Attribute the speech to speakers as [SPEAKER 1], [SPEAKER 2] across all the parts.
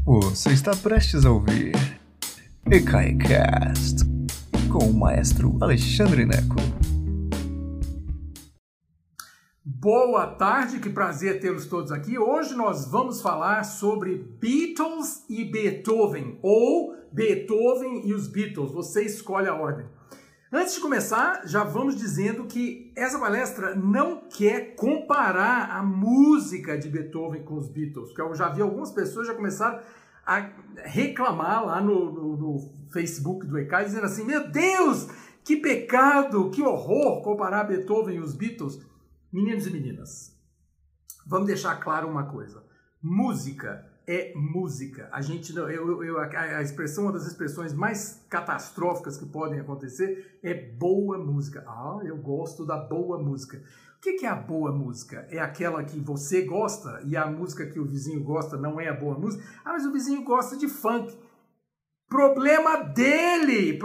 [SPEAKER 1] Você está prestes a ouvir EKAICAST com o maestro Alexandre Neco.
[SPEAKER 2] Boa tarde, que prazer tê-los todos aqui. Hoje nós vamos falar sobre Beatles e Beethoven, ou Beethoven e os Beatles, você escolhe a ordem. Antes de começar, já vamos dizendo que essa palestra não quer comparar a música de Beethoven com os Beatles, porque eu já vi algumas pessoas já começaram a reclamar lá no Facebook do EKAI, dizendo assim, meu Deus, que pecado, que horror comparar Beethoven e os Beatles. Meninos e meninas, vamos deixar claro uma coisa, música é música. A gente a expressão, uma das expressões mais catastróficas que podem acontecer é boa música. Ah, eu gosto da boa música. O que é a boa música? É aquela que você gosta e a música que o vizinho gosta não é a boa música? Ah, mas o vizinho gosta de funk. Problema dele,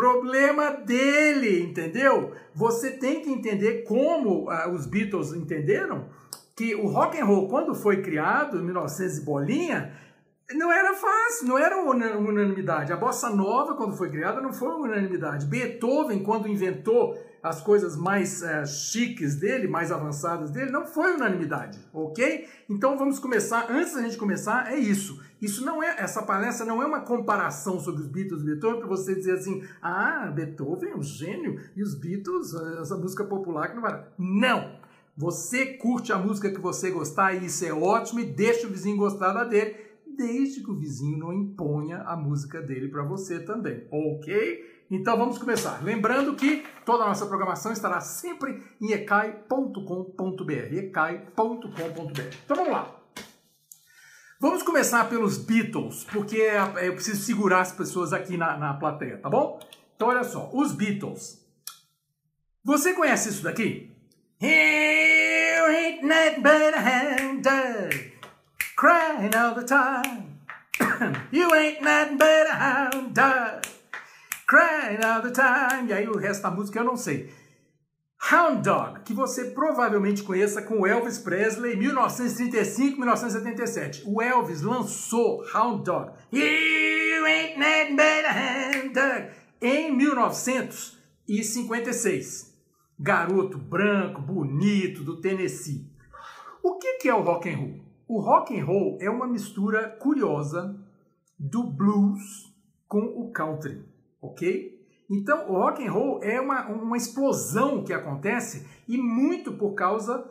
[SPEAKER 2] entendeu? Você tem que entender como os Beatles entenderam que o rock and roll, quando foi criado, em 1900 e bolinha, não era fácil, não era unanimidade. A bossa nova, quando foi criada, não foi unanimidade. Beethoven, quando inventou as coisas mais chiques dele, mais avançadas dele, não foi unanimidade, ok? Então vamos começar, antes da gente começar, é isso. Isso não é, essa palestra não é uma comparação sobre os Beatles e Beethoven para você dizer assim, ah, Beethoven é um gênio e os Beatles, essa música popular que não vai... Não! Você curte a música que você gostar e isso é ótimo e deixa o vizinho gostar da dele, desde que o vizinho não imponha a música dele para você também, ok? Então vamos começar. Lembrando que toda a nossa programação estará sempre em ekai.com.br, ekai.com.br. Então vamos lá. Vamos começar pelos Beatles, porque eu preciso segurar as pessoas aqui na plateia, tá bom? Então olha só, os Beatles. Você conhece isso daqui? You ain't nothing but a hound dog, crying all the time. You ain't nothing but a hound dog, crying all the time. E aí o resto da música eu não sei. Hound Dog, que você provavelmente conheça com Elvis Presley, 1935, 1977. O Elvis lançou Hound Dog, You ain't nothing but a hound dog, em 1956. Garoto branco, bonito, do Tennessee. O que é o rock and roll? O rock and roll é uma mistura curiosa do blues com o country, ok? Então, o rock and roll é uma explosão que acontece e muito por causa...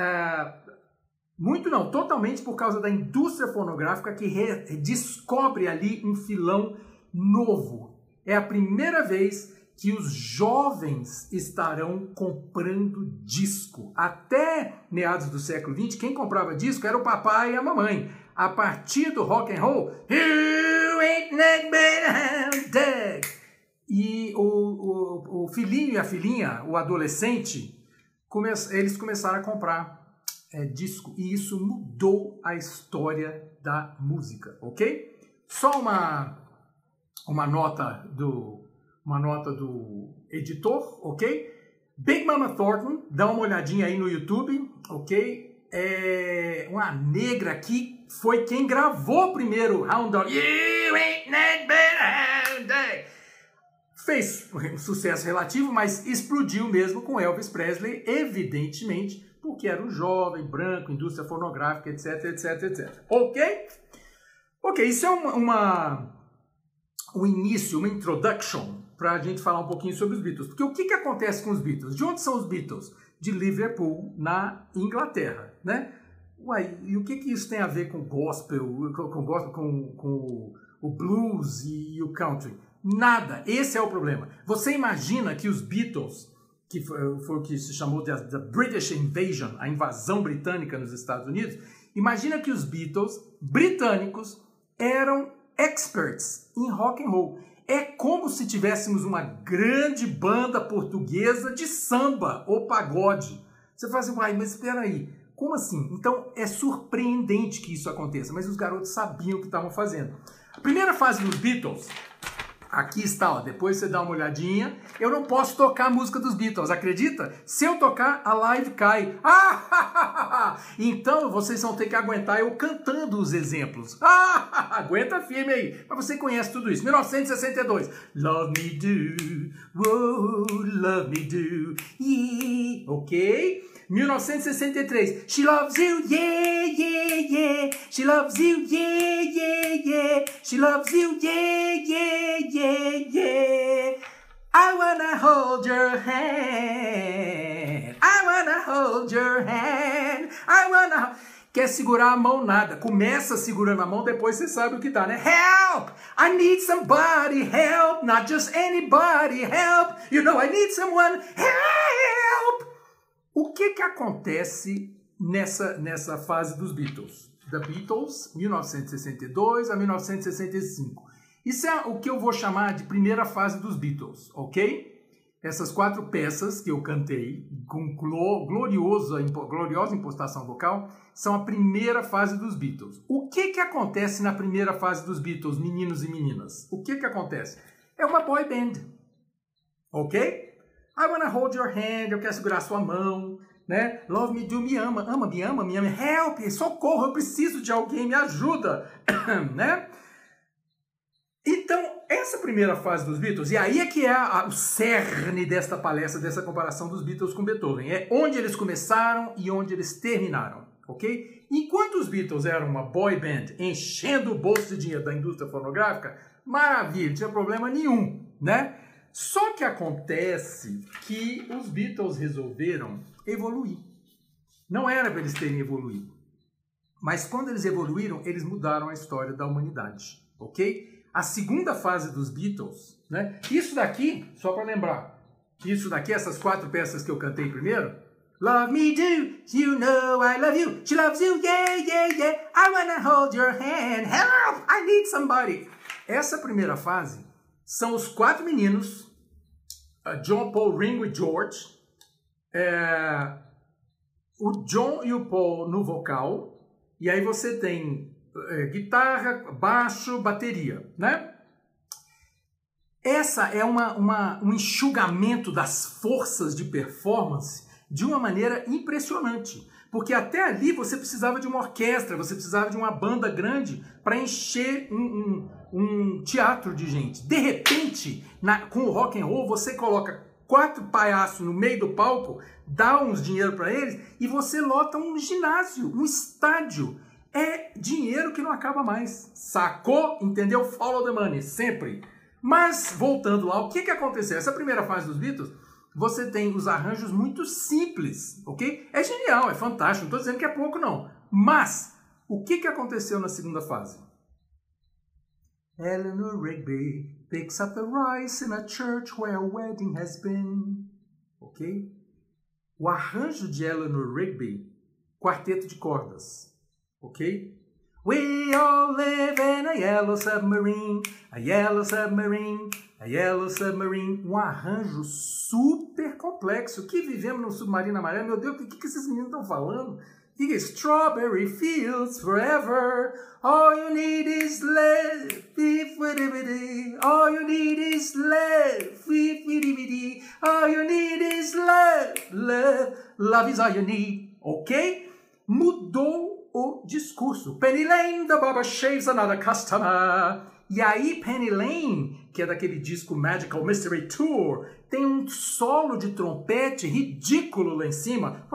[SPEAKER 2] totalmente por causa da indústria fonográfica que descobre ali um filão novo. É a primeira vez que os jovens estarão comprando disco. Até meados do século XX, quem comprava disco era o papai e a mamãe. A partir do rock and roll, You ain't nothing but a hound dog. E o filhinho e a filhinha, o adolescente, eles começaram a comprar disco. E isso mudou a história da música, ok? Só uma nota do editor, ok? Big Mama Thornton, dá uma olhadinha aí no YouTube, ok? É uma negra que foi quem gravou primeiro Hound Dog. You ain't nothing but a hound dog. Fez um sucesso relativo, mas explodiu mesmo com Elvis Presley, evidentemente, porque era um jovem, branco, indústria fonográfica, etc, etc, etc. Ok? Ok, isso é um início, uma introduction, para a gente falar um pouquinho sobre os Beatles. Porque o que acontece com os Beatles? De onde são os Beatles? De Liverpool, na Inglaterra, né? Uai, e o que isso tem a ver com gospel, com o blues e o country? Nada, esse é o problema. Você imagina que os Beatles, que foi o que se chamou de The British Invasion, a invasão britânica nos Estados Unidos, imagina que os Beatles britânicos eram experts em rock and roll. É como se tivéssemos uma grande banda portuguesa de samba ou pagode. Você fala assim, uai, mas espera aí, como assim? Então é surpreendente que isso aconteça, mas os garotos sabiam o que estavam fazendo. A primeira fase dos Beatles, aqui está, ó, depois você dá uma olhadinha. Eu não posso tocar a música dos Beatles, acredita? Se eu tocar, a live cai. Então vocês vão ter que aguentar eu cantando os exemplos. Aguenta firme aí. Mas você conhece tudo isso. 1962. Love me do, whoa, love me do, yeah. Ok? 1963. She loves you, yeah, yeah, yeah. She loves you, yeah, yeah, yeah. She loves you, yeah, yeah, yeah, yeah. I wanna hold your hand. I wanna hold your hand. I wanna... Quer segurar a mão? Nada. Começa segurando a mão, depois você sabe o que dá, né? Help! I need somebody. Help! Not just anybody. Help! You know I need someone. Help! O que acontece nessa fase dos Beatles? The Beatles, 1962 a 1965. Isso é o que eu vou chamar de primeira fase dos Beatles, ok? Essas 4 peças que eu cantei, com gloriosa impostação vocal, são a primeira fase dos Beatles. O que acontece na primeira fase dos Beatles, meninos e meninas? O que acontece? É uma boy band, ok? I wanna hold your hand, eu quero segurar sua mão, né? Love me do, me ama, me ama, help, socorro, eu preciso de alguém, me ajuda, né? Então, essa primeira fase dos Beatles, e aí é que é o cerne desta palestra, dessa comparação dos Beatles com Beethoven, é onde eles começaram e onde eles terminaram, ok? Enquanto os Beatles eram uma boy band enchendo o bolso de dinheiro da indústria fonográfica, maravilha, não tinha problema nenhum, né? Só que acontece que os Beatles resolveram evoluir. Não era para eles terem evoluído, mas quando eles evoluíram, eles mudaram a história da humanidade, ok? A segunda fase dos Beatles, né? Isso daqui, só para lembrar, isso daqui, essas 4 peças que eu cantei primeiro, Love me do, you know I love you, she loves you, yeah, yeah, yeah, I wanna hold your hand, help, I need somebody. Essa primeira fase são os 4 meninos, John, Paul, Ringo e George, o John e o Paul no vocal, e aí você tem guitarra, baixo, bateria, né? Essa é um enxugamento das forças de performance de uma maneira impressionante, porque até ali você precisava de uma orquestra, você precisava de uma banda grande para encher um teatro de gente. De repente, com o rock and roll, você coloca 4 palhaços no meio do palco, dá uns dinheiro para eles e você lota um ginásio, um estádio. É dinheiro que não acaba mais. Sacou? Entendeu? Follow the money, sempre. Mas, voltando lá, o que aconteceu? Essa primeira fase dos Beatles, você tem os arranjos muito simples, ok? É genial, é fantástico, não estou dizendo que é pouco, não. Mas, o que aconteceu na segunda fase? Eleanor Rigby picks up the rice in a church where a wedding has been. Ok? O arranjo de Eleanor Rigby, quarteto de cordas. Ok? We all live in a yellow submarine, a yellow submarine, a yellow submarine. Um arranjo super complexo. Que vivemos num submarino amarelo. Meu Deus, o que esses meninos estão falando? Que é Strawberry Fields Forever. All you need is love. All you need is love. All you need is love. Love. Love is all you need. Ok? Mudou o discurso. Penny Lane, the barber shaves another customer. E aí Penny Lane, que é daquele disco Magical Mystery Tour, tem um solo de trompete ridículo lá em cima,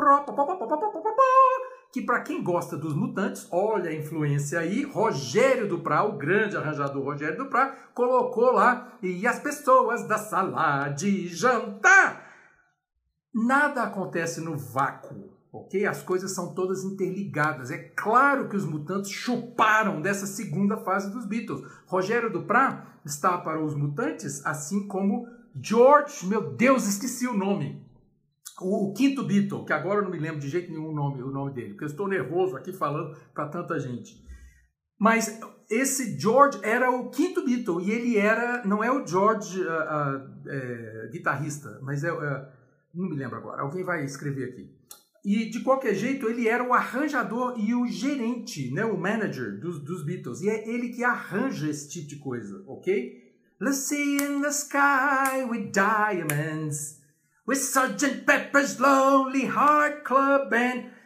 [SPEAKER 2] que para quem gosta dos Mutantes, olha a influência aí, Rogério Duprat, o grande arranjador Rogério Duprat, colocou lá, e as pessoas da sala de jantar. Nada acontece no vácuo. Ok? As coisas são todas interligadas. É claro que os Mutantes chuparam dessa segunda fase dos Beatles. Rogério Duprat está para os Mutantes, assim como George, meu Deus, esqueci o nome. O quinto Beatle, que agora eu não me lembro de jeito nenhum o nome dele, porque eu estou nervoso aqui falando para tanta gente. Mas esse George era o quinto Beatle, e ele era, não é o George guitarrista, mas não me lembro agora, alguém vai escrever aqui. E, de qualquer jeito, ele era o arranjador e o gerente, né, o manager dos Beatles. E é ele que arranja esse tipo de coisa, ok? Lucy in the sky with diamonds, with Sgt. Pepper's Lonely Heart Club Band.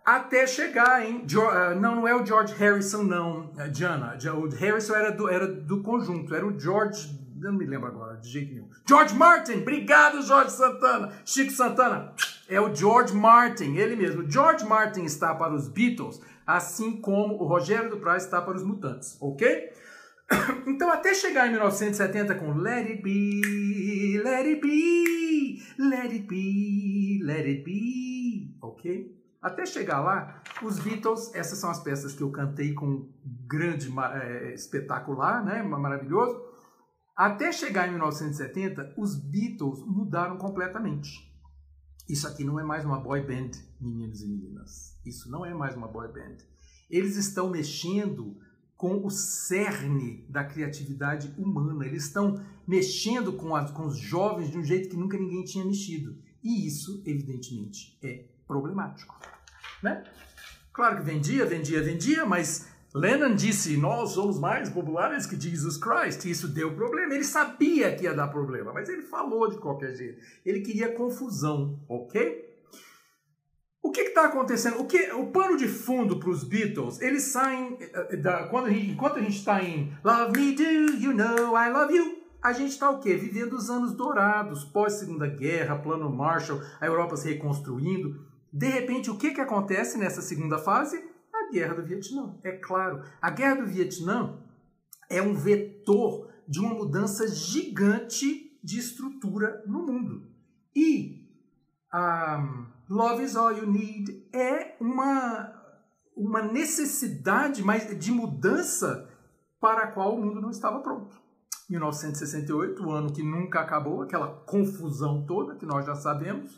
[SPEAKER 2] Até chegar em... não é o George Harrison, não, Diana. O Harrison era do conjunto, era o George... Não me lembro agora, de jeito nenhum. George Martin! Obrigado, Jorge Santana! Chico Santana! É o George Martin, ele mesmo. George Martin está para os Beatles, assim como o Rogério Duprat está para os Mutantes, ok? Então, até chegar em 1970 com Let It Be, Let It Be, Let It Be, Let It Be, ok? Até chegar lá, os Beatles, essas são as peças que eu cantei com grande, espetacular, né? Maravilhoso. Até chegar em 1970, os Beatles mudaram completamente. Isso aqui não é mais uma boy band, meninos e meninas. Isso não é mais uma boy band. Eles estão mexendo com o cerne da criatividade humana. Eles estão mexendo com os jovens de um jeito que nunca ninguém tinha mexido. E isso, evidentemente, é problemático, né? Claro que vendia, mas Lennon disse, nós somos mais populares que Jesus Christ. E isso deu problema. Ele sabia que ia dar problema, mas ele falou de qualquer jeito. Ele queria confusão, ok? O que está acontecendo? O pano de fundo para os Beatles, eles saem... enquanto a gente está em Love Me Do, You Know I Love You, a gente está o quê? Vivendo os anos dourados, pós-Segunda Guerra, Plano Marshall, a Europa se reconstruindo. De repente, o que acontece nessa segunda fase? A Guerra do Vietnã, é claro. A Guerra do Vietnã é um vetor de uma mudança gigante de estrutura no mundo. E Love is All You Need é uma necessidade de mudança para a qual o mundo não estava pronto. 1968, o ano que nunca acabou, aquela confusão toda que nós já sabemos.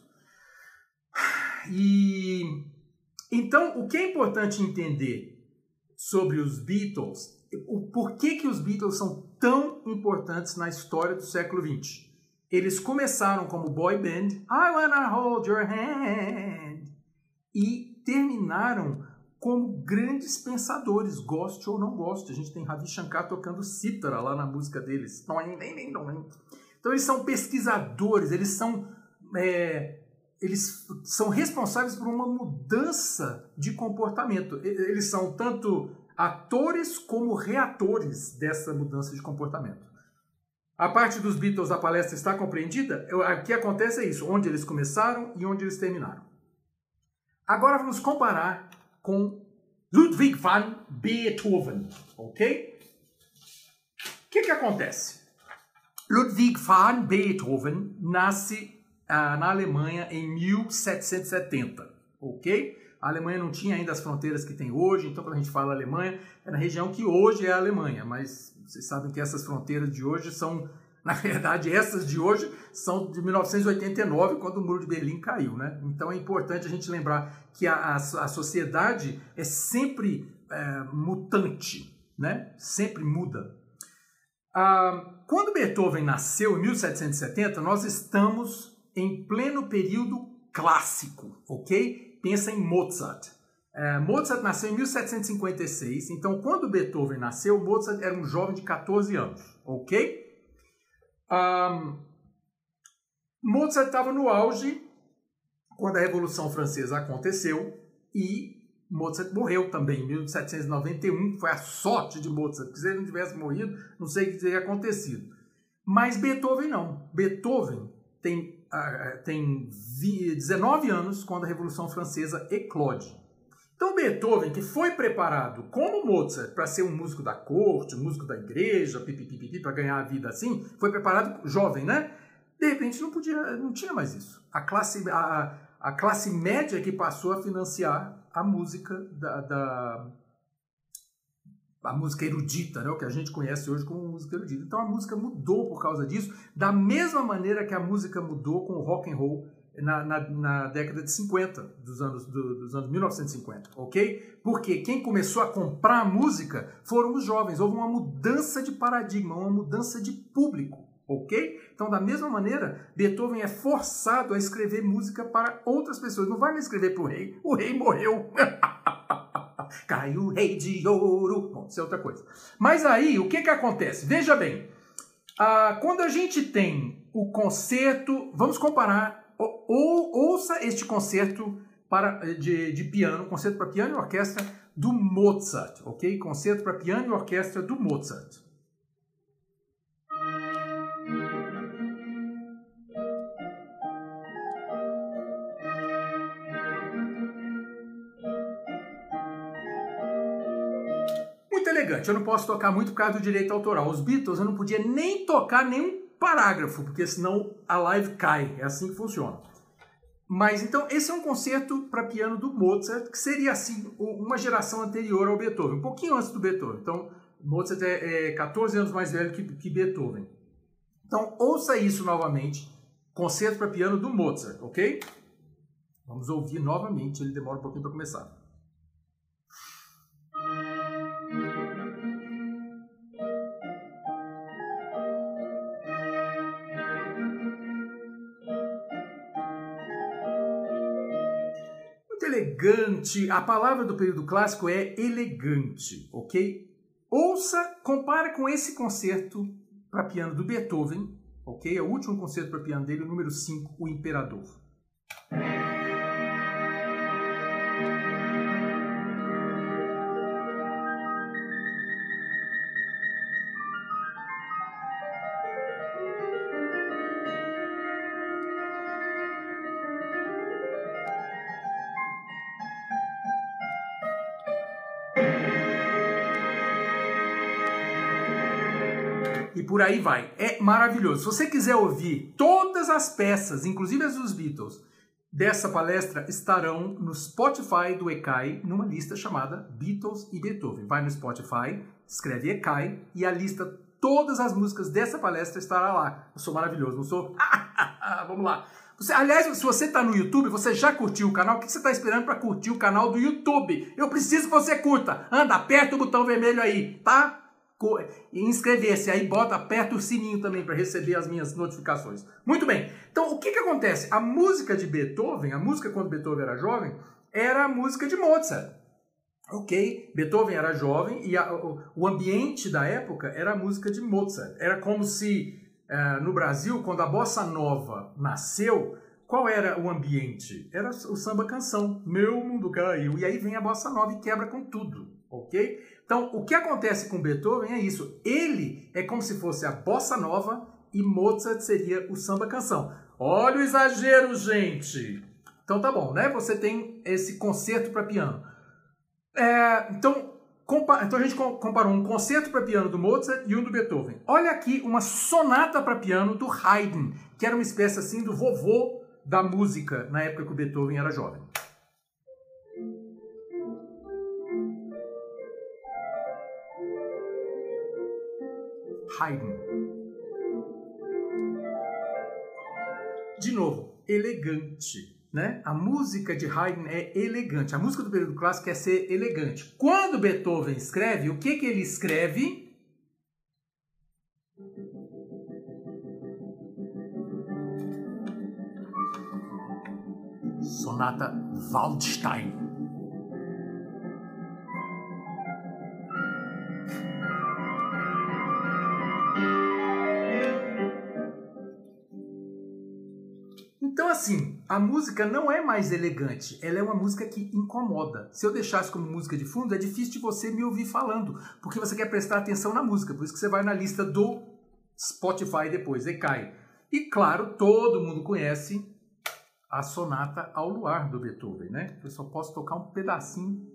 [SPEAKER 2] E então, o que é importante entender sobre os Beatles, o porquê que os Beatles são tão importantes na história do século XX. Eles começaram como boy band, I Wanna Hold Your Hand, e terminaram como grandes pensadores, goste ou não goste. A gente tem Ravi Shankar tocando cítara lá na música deles. Então eles são pesquisadores, eles são responsáveis por uma mudança de comportamento. Eles são tanto atores como reatores dessa mudança de comportamento. A parte dos Beatles da palestra está compreendida? O que acontece é isso, onde eles começaram e onde eles terminaram. Agora vamos comparar com Ludwig van Beethoven, ok? O que acontece? Ludwig van Beethoven nasce na Alemanha em 1770, ok? A Alemanha não tinha ainda as fronteiras que tem hoje, então quando a gente fala Alemanha, é na região que hoje é a Alemanha, mas vocês sabem que essas fronteiras de hoje são, na verdade, essas de hoje são de 1989, quando o Muro de Berlim caiu, né? Então é importante a gente lembrar que a sociedade é sempre mutante, né? Sempre muda. Quando Beethoven nasceu, em 1770, nós estamos em pleno período clássico, ok? Pensa em Mozart. Mozart nasceu em 1756, então quando Beethoven nasceu, Mozart era um jovem de 14 anos, ok? Mozart estava no auge quando a Revolução Francesa aconteceu e Mozart morreu também em 1791, foi a sorte de Mozart, porque se ele não tivesse morrido, não sei o que teria acontecido. Mas Beethoven não. Beethoven tem 19 anos quando a Revolução Francesa eclode. Então Beethoven, que foi preparado como Mozart para ser um músico da corte, um músico da igreja, para ganhar a vida assim, foi preparado jovem, né? De repente não tinha mais isso. A classe média que passou a financiar a música a música erudita, né? O que a gente conhece hoje como música erudita. Então a música mudou por causa disso, da mesma maneira que a música mudou com o rock and roll na década de 50, dos anos 1950, ok? Porque quem começou a comprar música foram os jovens. Houve uma mudança de paradigma, uma mudança de público, ok? Então, da mesma maneira, Beethoven é forçado a escrever música para outras pessoas. Não vai mais escrever para o rei morreu. Caiu o rei de ouro. Bom, isso é outra coisa. Mas aí, o que acontece? Veja bem, quando a gente tem o concerto, vamos comparar, ouça este concerto de piano, concerto para piano e orquestra do Mozart, ok? Concerto para piano e orquestra do Mozart. Muito elegante, eu não posso tocar muito por causa do direito autoral. Os Beatles eu não podia nem tocar nenhum parágrafo, porque senão a live cai, é assim que funciona. Mas então esse é um concerto para piano do Mozart, que seria assim uma geração anterior ao Beethoven, um pouquinho antes do Beethoven. Então Mozart é 14 anos mais velho que Beethoven. Então ouça isso novamente, concerto para piano do Mozart, ok? Vamos ouvir novamente, ele demora um pouquinho para começar. Elegante, a palavra do período clássico é elegante, ok? Ouça, compara com esse concerto para piano do Beethoven, ok? É o último concerto para piano dele, o número 5, o Imperador. E por aí vai. É maravilhoso. Se você quiser ouvir todas as peças, inclusive as dos Beatles, dessa palestra estarão no Spotify do ECAI, numa lista chamada Beatles e Beethoven. Vai no Spotify, escreve ECAI e a lista, todas as músicas dessa palestra estará lá. Eu sou maravilhoso, não sou? Vamos lá. Aliás, se você está no YouTube, você já curtiu o canal, o que você está esperando para curtir o canal do YouTube? Eu preciso que você curta. Anda, aperta o botão vermelho aí, tá? Inscrever-se, aí aperta o sininho também para receber as minhas notificações. Muito bem, então o que acontece? A música de Beethoven, a música quando Beethoven era jovem, era a música de Mozart. Ok, Beethoven era jovem e o ambiente da época era a música de Mozart. Era como se no Brasil, quando a Bossa Nova nasceu, qual era o ambiente? Era o samba canção, meu mundo caiu, e aí vem a Bossa Nova e quebra com tudo, ok? Então, o que acontece com Beethoven é isso. Ele é como se fosse a bossa nova e Mozart seria o samba canção. Olha o exagero, gente! Então tá bom, né? Você tem esse concerto para piano. Então a gente comparou um concerto para piano do Mozart e um do Beethoven. Olha aqui uma sonata para piano do Haydn, que era uma espécie assim do vovô da música na época que o Beethoven era jovem. Haydn. De novo, elegante, né? A música de Haydn é elegante. A música do período clássico quer ser elegante. Quando Beethoven escreve, o que ele escreve? Sonata Waldstein. Então, assim, a música não é mais elegante, ela é uma música que incomoda. Se eu deixasse como música de fundo, é difícil de você me ouvir falando, porque você quer prestar atenção na música, por isso que você vai na lista do Spotify depois, e cai. E, claro, todo mundo conhece a Sonata ao Luar do Beethoven, né? Eu só posso tocar um pedacinho.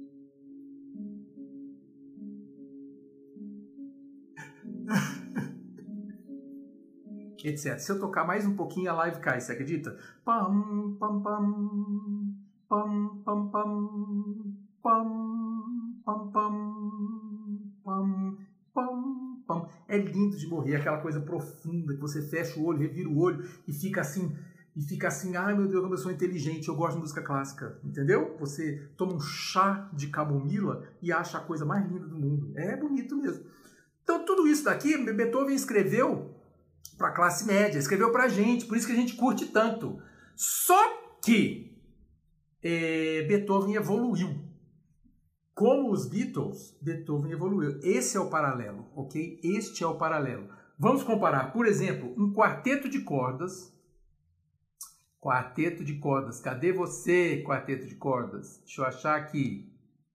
[SPEAKER 2] Etc. Se eu tocar mais um pouquinho, a live cai, você acredita? Pam, pam, pam, pam, pam, pam, pam, pam, pam, pam, pam, pam. É lindo de morrer, aquela coisa profunda que você fecha o olho, revira o olho e fica assim, ai meu Deus, como eu sou inteligente, eu gosto de música clássica, entendeu? Você toma um chá de camomila e acha a coisa mais linda do mundo. É bonito mesmo. Então tudo isso daqui, Beethoven escreveu para a classe média, escreveu para a gente, por isso que a gente curte tanto. Só que Beethoven evoluiu. Como os Beatles, Beethoven evoluiu. Esse é o paralelo, ok? Este é o paralelo. Vamos comparar, por exemplo, um quarteto de cordas Quarteto de cordas. Cadê você, quarteto de cordas? Deixa eu achar aqui.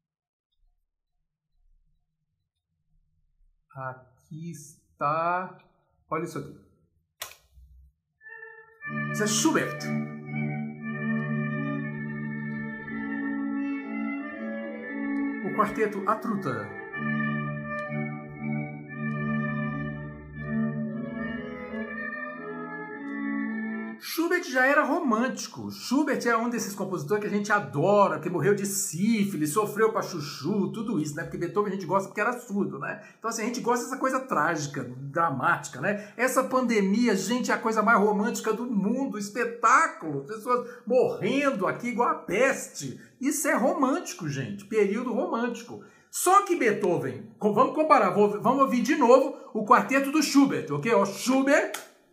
[SPEAKER 2] Aqui está. Olha isso aqui. Isso é Schubert. O quarteto A Truta. Schubert já era romântico. Schubert é um desses compositores que a gente adora, que morreu de sífilis, sofreu pra chuchu, tudo isso, né? Porque Beethoven a gente gosta porque era surdo, né? Então, assim, a gente gosta dessa coisa trágica, dramática, né? Essa pandemia, gente, é a coisa mais romântica do mundo, espetáculo, pessoas morrendo aqui igual a peste. Isso é romântico, gente, período romântico. Só que Beethoven, vamos comparar, vamos ouvir de novo o quarteto do Schubert, ok? Ó, Schubert...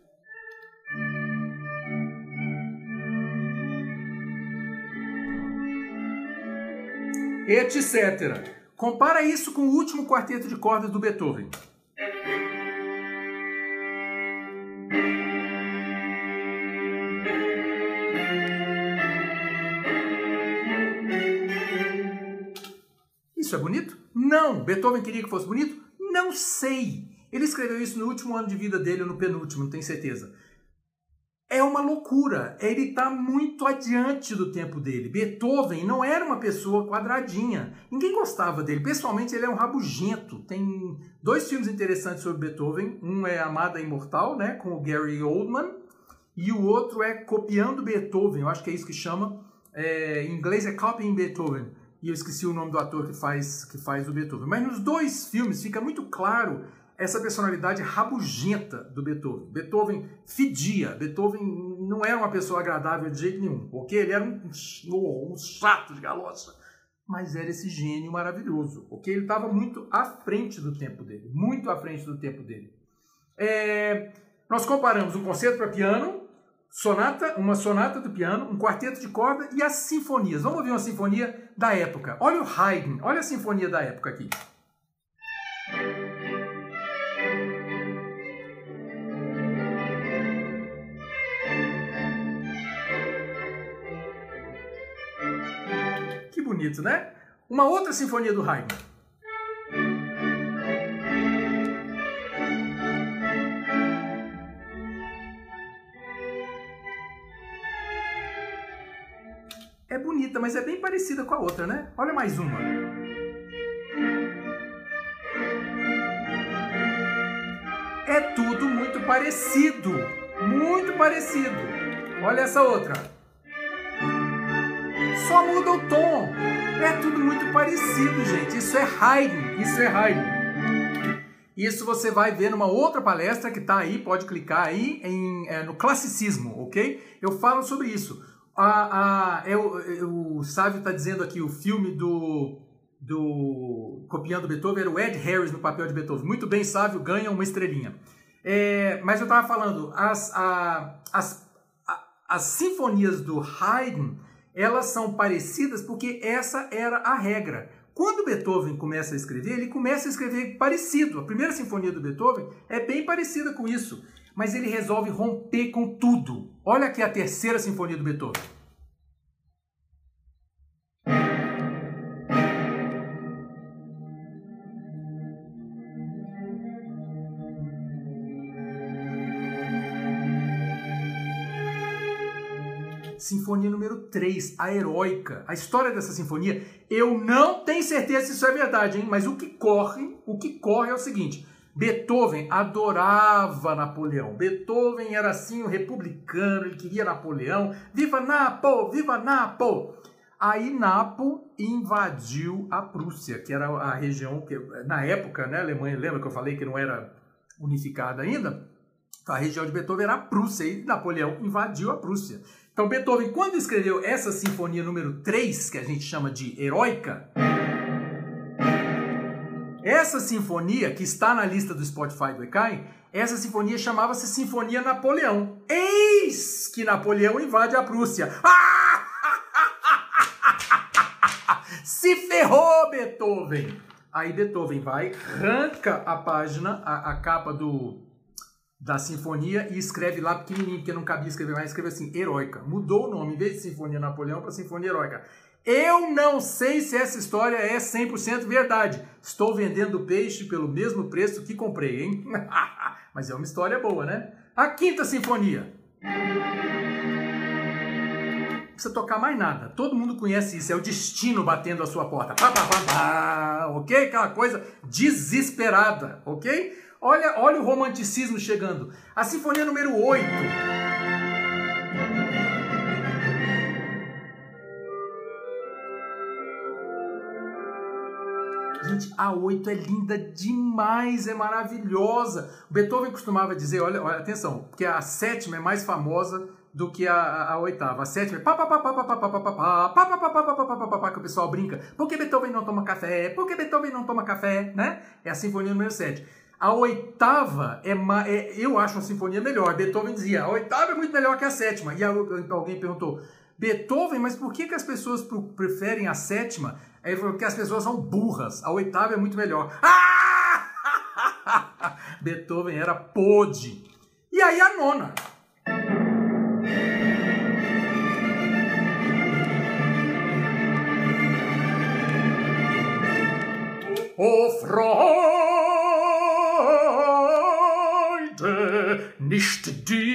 [SPEAKER 2] etc. Compara isso com o último quarteto de cordas do Beethoven. Isso é bonito? Não. Beethoven queria que fosse bonito? Não sei. Ele escreveu isso no último ano de vida dele ou no penúltimo, não tenho certeza. É uma loucura, ele está muito adiante do tempo dele. Beethoven não era uma pessoa quadradinha, ninguém gostava dele. Pessoalmente, ele é um rabugento. Tem 2 filmes interessantes sobre Beethoven. Um é Amada Imortal, né, com o Gary Oldman, e o outro é Copiando Beethoven, eu acho que é isso que chama. Em inglês é Copying Beethoven, e eu esqueci o nome do ator que faz o Beethoven. Mas nos 2 filmes fica muito claro essa personalidade rabugenta do Beethoven. Beethoven fedia. Beethoven não era uma pessoa agradável de jeito nenhum, ok? Ele era um chato de galocha. Mas era esse gênio maravilhoso, ok? Ele estava muito à frente do tempo dele. Muito à frente do tempo dele. Nós comparamos um concerto para piano, uma sonata do piano, um quarteto de corda e as sinfonias. Vamos ouvir uma sinfonia da época. Olha o Haydn. Olha a sinfonia da época aqui. Bonito, né? Uma outra sinfonia do Haydn. É bonita, mas é bem parecida com a outra, né? Olha mais uma. É tudo muito parecido. Muito parecido. Olha essa outra. Só muda o tom. É tudo muito parecido, gente. Isso é Haydn. Isso é Haydn. Isso você vai ver numa outra palestra que está aí, pode clicar aí, no classicismo, ok? Eu falo sobre isso. O Sávio está dizendo aqui, o filme do Copiando Beethoven era o Ed Harris no papel de Beethoven. Muito bem, Sávio, ganha uma estrelinha. Mas eu estava falando, as sinfonias do Haydn, elas são parecidas porque essa era a regra. Quando Beethoven começa a escrever, ele começa a escrever parecido. A primeira sinfonia do Beethoven é bem parecida com isso, mas ele resolve romper com tudo. Olha aqui a terceira sinfonia do Beethoven. Sinfonia número 3, a Heróica. A história dessa sinfonia, eu não tenho certeza se isso é verdade, hein? Mas o que corre é o seguinte: Beethoven adorava Napoleão. Beethoven era assim um republicano, ele queria Napoleão. Viva Napo! Viva Napo! Aí Napo invadiu a Prússia, que era a região que, na época, né, a Alemanha, lembra que eu falei que não era unificada ainda? A região de Beethoven era a Prússia, e Napoleão invadiu a Prússia. Então, Beethoven, quando escreveu essa sinfonia número 3, que a gente chama de Heróica, essa sinfonia, que está na lista do Spotify do ECAI, essa sinfonia chamava-se Sinfonia Napoleão. Eis que Napoleão invade a Prússia. Se ferrou, Beethoven! Aí Beethoven vai, arranca a página, a capa do da sinfonia e escreve lá pequenininho, porque não cabia escrever mais, escreve assim, heróica. Mudou o nome, em vez de Sinfonia Napoleão para Sinfonia Heróica. Eu não sei se essa história é 100% verdade. Estou vendendo peixe pelo mesmo preço que comprei, hein? Mas é uma história boa, né? A Quinta Sinfonia. Não precisa tocar mais nada. Todo mundo conhece isso. É o destino batendo a sua porta. Pá, pá, pá, pá, ok? Aquela coisa desesperada, ok? Olha o romanticismo chegando. A Sinfonia número 8. Gente, a 8 é linda demais, é maravilhosa. O Beethoven costumava dizer, olha, atenção, porque a sétima é mais famosa do que a oitava. A sétima é pá, pá, pá, pá, pá, pá, pá, pá, pá, pá, pá, pá, pá, pá, pá, pá, pá, pá, que o pessoal brinca. Por que Beethoven não toma café? Por que Beethoven não toma café? Né? É a Sinfonia número 7. A oitava eu acho uma sinfonia melhor. Beethoven dizia, a oitava é muito melhor que a sétima. E alguém perguntou, Beethoven, mas por que as pessoas preferem a sétima? Aí ele falou, porque as pessoas são burras. A oitava é muito melhor. Ah! Beethoven era podre. E aí a nona. O Freude, nicht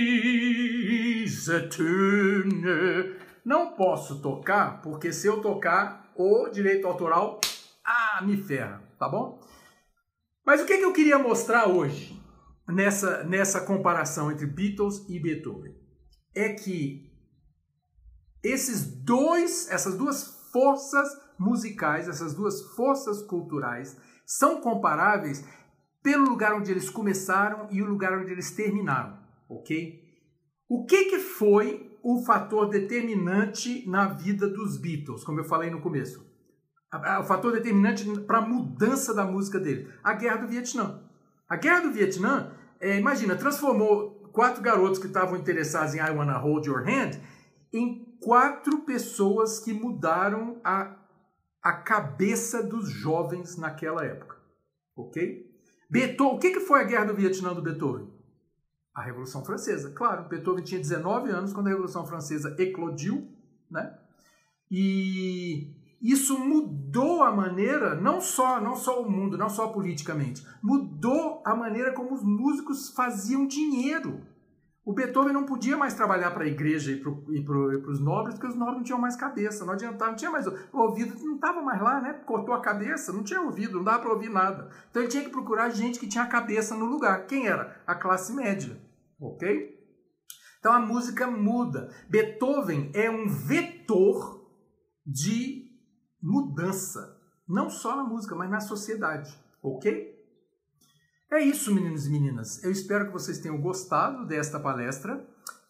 [SPEAKER 2] diese Töne. Não posso tocar, porque se eu tocar, o direito autoral, me ferra, tá bom? Mas o que eu queria mostrar hoje, nessa comparação entre Beatles e Beethoven, é que essas duas forças musicais, essas duas forças culturais, são comparáveis pelo lugar onde eles começaram e o lugar onde eles terminaram, ok? O que foi o fator determinante na vida dos Beatles, como eu falei no começo? O fator determinante para a mudança da música dele. A Guerra do Vietnã. A Guerra do Vietnã, imagina, transformou 4 garotos que estavam interessados em I Wanna Hold Your Hand em 4 pessoas que mudaram a cabeça dos jovens naquela época. Ok? Beethoven, o que foi a Guerra do Vietnã do Beethoven? A Revolução Francesa. Claro, Beethoven tinha 19 anos quando a Revolução Francesa eclodiu, né? E isso mudou a maneira, não só o mundo, não só politicamente, mudou a maneira como os músicos faziam dinheiro. O Beethoven não podia mais trabalhar para a igreja e para os nobres, porque os nobres não tinham mais cabeça, não adiantava, não tinha mais o ouvido, não estava mais lá, né? Cortou a cabeça, não tinha ouvido, não dava para ouvir nada. Então ele tinha que procurar gente que tinha a cabeça no lugar. Quem era? A classe média, ok? Então a música muda. Beethoven é um vetor de mudança, não só na música, mas na sociedade, ok? É isso, meninos e meninas. Eu espero que vocês tenham gostado desta palestra.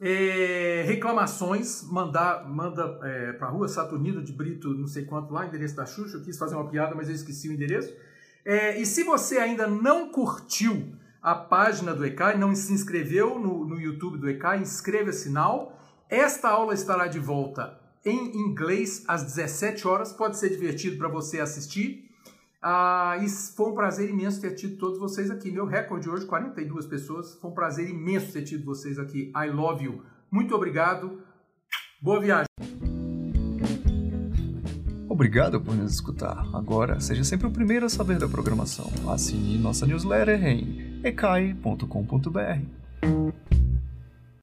[SPEAKER 2] Reclamações, manda para a Rua Saturnino de Brito, não sei quanto lá, endereço da Xuxa. Eu quis fazer uma piada, mas eu esqueci o endereço. E se você ainda não curtiu a página do ECAI, não se inscreveu no YouTube do ECAI, inscreva-se now. Esta aula estará de volta em inglês às 17 horas. Pode ser divertido para você assistir. E foi um prazer imenso ter tido todos vocês aqui. Meu recorde hoje, 42 pessoas. Foi um prazer imenso ter tido vocês aqui. I love you. Muito obrigado. Boa viagem.
[SPEAKER 1] Obrigado por nos escutar. Agora, seja sempre o primeiro a saber da programação. Assine nossa newsletter em ecai.com.br.